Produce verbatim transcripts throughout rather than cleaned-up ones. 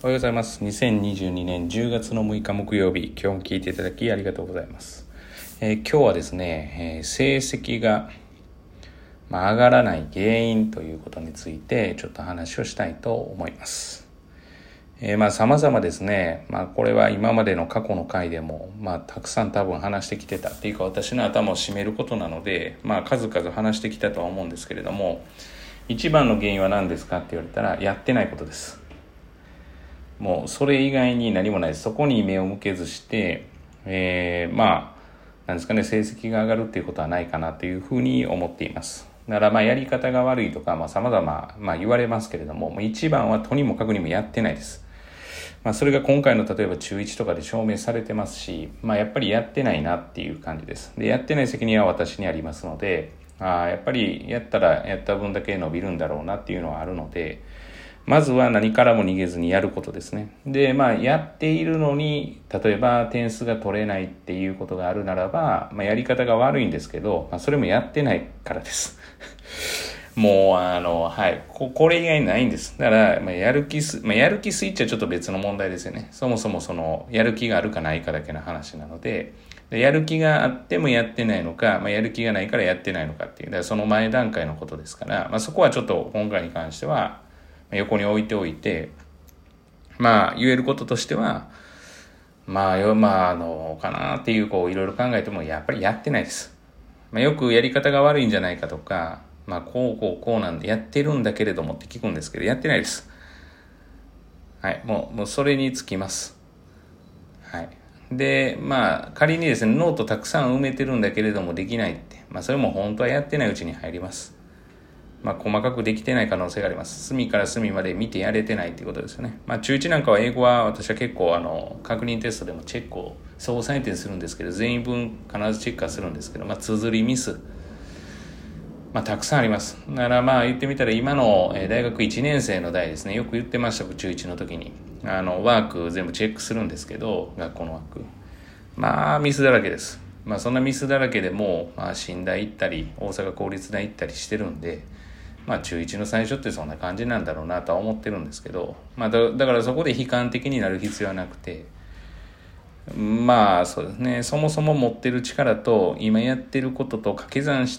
おはようございます。にせんにじゅうにねんじゅうがつのむいか木曜日、今日も聞いていただきありがとうございます。えー、今日はですね、えー、成績が、まあ、上がらない原因ということについてちょっと話をしたいと思います。えー、まあ様々ですね。まあこれは今までの過去の回でもまあたくさん多分話してきてたっていうか、私の頭を占めることなので、まあ数々話してきたとは思うんですけれども、一番の原因は何ですかって言われたら、やってないことです。もうそれ以外に何もないです。そこに目を向けずして、えー、まあなんですかね、成績が上がるっていうことはないかなというふうに思っています。だからまあやり方が悪いとか、まあ様々まあ言われますけれども、一番はとにもかくにもやってないです。まあそれが今回の例えば中いちとかで証明されてますし、まあやっぱりやってないなっていう感じです。で、やってない責任は私にありますので、あやっぱりやったらやった分だけ伸びるんだろうなっていうのはあるので、まずは何からも逃げずにやることですね。で、まあ、やっているのに、例えば点数が取れないっていうことがあるならば、まあ、やり方が悪いんですけど、まあ、それもやってないからです。もう、あの、はい。こ、これ以外ないんです。だから、まあ、やる気す、まあ、やる気スイッチはちょっと別の問題ですよね。そもそもその、やる気があるかないかだけの話なので、でやる気があってもやってないのか、まあ、やる気がないからやってないのかっていう、だからその前段階のことですから、まあ、そこはちょっと今回に関しては、横に置いておいて、まあ言えることとしては、まあよ、まああの、かなっていうこういろいろ考えてもやっぱりやってないです。まあよくやり方が悪いんじゃないかとか、まあこうこうこうなんでやってるんだけれどもって聞くんですけど、やってないです。はい、もう、もうそれにつきます。はい。で、まあ仮にですね、ノートたくさん埋めてるんだけれどもできないって、まあそれも本当はやってないうちに入ります。まあ、細かくできてない可能性があります。隅から隅まで見てやれてないっていうことですよね。まあ、中いちなんかは英語は私は結構あの確認テストでもチェックを総採点するんですけど、全員分必ずチェックはするんですけど、まあ、綴りミス、まあ、たくさんあります。だからまあ言ってみたら今の大学いちねん生の代ですね、よく言ってました。中いちの時にあのワーク全部チェックするんですけど、学校のワークまあミスだらけです。まあそんなミスだらけでも、まあ、新大行ったり大阪公立大行ったりしてるんで、まあ中いちの最初ってそんな感じなんだろうなとは思ってるんですけど、まあだ、だからそこで悲観的になる必要はなくて、まあそうですね、そもそも持ってる力と今やってることと掛け算して、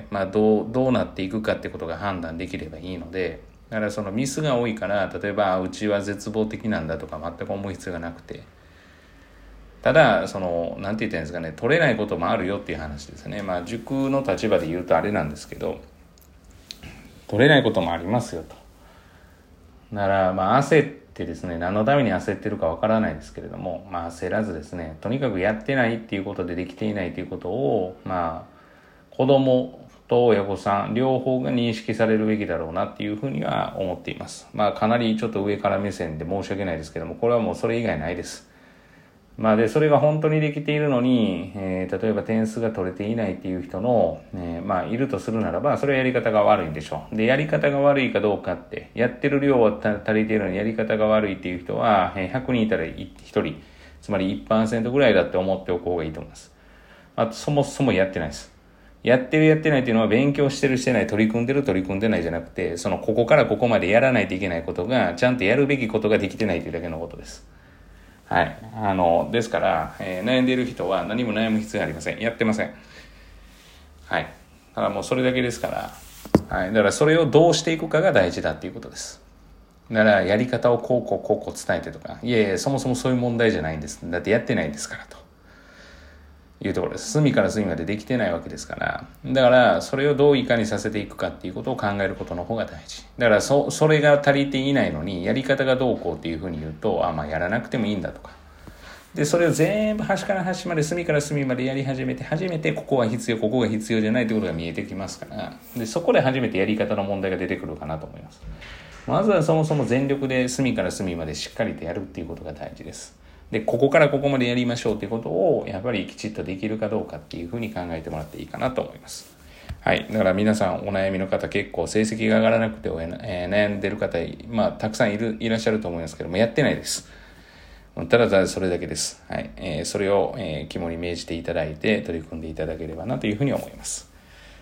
まあどう、どうなっていくかってことが判断できればいいので、だからそのミスが多いから、例えばうちは絶望的なんだとか全く思う必要がなくて、ただそのなんて言ったらいいんですかね、取れないこともあるよっていう話ですね。まあ塾の立場で言うとあれなんですけど、取れないこともありますよと。ならまあ焦ってですね、何のために焦ってるかわからないですけれども、まあ焦らずですね、とにかくやってないっていうことでできていないということを、まあ子供と親御さん両方が認識されるべきだろうなっていうふうには思っています。まあかなりちょっと上から目線で申し訳ないですけども、これはもうそれ以外ないです。まあでそれが本当にできているのに、えー、例えば点数が取れていないっていう人の、えー、まあいるとするならば、それはやり方が悪いんでしょう。でやり方が悪いかどうかって、やってる量は足りているのにやり方が悪いっていう人は、えー、ひゃくにんいたらひとり、つまり いちパーセント ぐらいだって思っておく方がいいと思います。あとそもそもやってないです。やってるやってないっていうのは、勉強してるしてない、取り組んでる取り組んでないじゃなくて、そのここからここまでやらないといけないことがちゃんとやるべきことができてないというだけのことです。はい。あの、ですから、えー、悩んでいる人は何も悩む必要はありません。やってません。はい。だからもうそれだけですから、はい。だからそれをどうしていくかが大事だっていうことです。だからやり方をこうこうこうこう伝えてとか、いやいや、そもそもそういう問題じゃないんです。だってやってないんですからというところです。隅から隅までできてないわけですから。だからそれをどういかにさせていくかっていうことを考えることの方が大事。だからそ、それが足りていないのに、やり方がどうこうっていうふうに言うと、あ、まあやらなくてもいいんだとか。で、それを全部端から端まで、隅から隅までやり始めて、初めてここは必要、ここが必要じゃないということが見えてきますから、で、そこで初めてやり方の問題が出てくるかなと思います。まずはそもそも全力で隅から隅までしっかりとやるっていうことが大事です。で、ここからここまでやりましょうっていうことを、やっぱりきちっとできるかどうかっていうふうに考えてもらっていいかなと思います。はい。だから皆さんお悩みの方、結構成績が上がらなくて、えー、悩んでる方、まあ、たくさんいる、いらっしゃると思いますけども、やってないです。ただただそれだけです。はい。えー、それを、えー、肝に銘じていただいて取り組んでいただければなというふうに思います。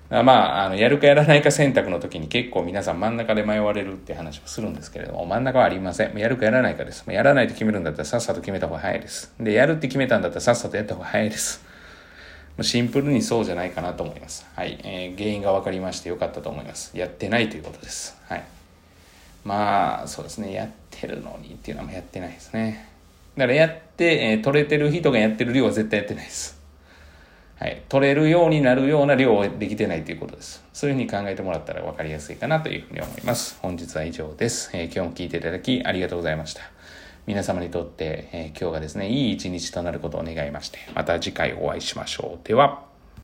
まあ、あの、やるかやらないか選択の時に結構皆さん真ん中で迷われるって話をするんですけれども、真ん中はありません。やるかやらないかです。やらないと決めるんだったらさっさと決めた方が早いです。で、やるって決めたんだったらさっさとやった方が早いです。シンプルにそうじゃないかなと思います。はい。えー、原因が分かりましてよかったと思います。やってないということです。はい。まあ、そうですね。やってるのにっていうのはやってないですね。だからやって、えー、取れてる人がやってる量は絶対やってないです。はい、取れるようになるような量をできてないということです。そういうふうに考えてもらったら分かりやすいかなというふうに思います。本日は以上です。えー、今日も聞いていただきありがとうございました。皆様にとって、えー、今日がですね、いい一日となることを願いまして、また次回お会いしましょう。では。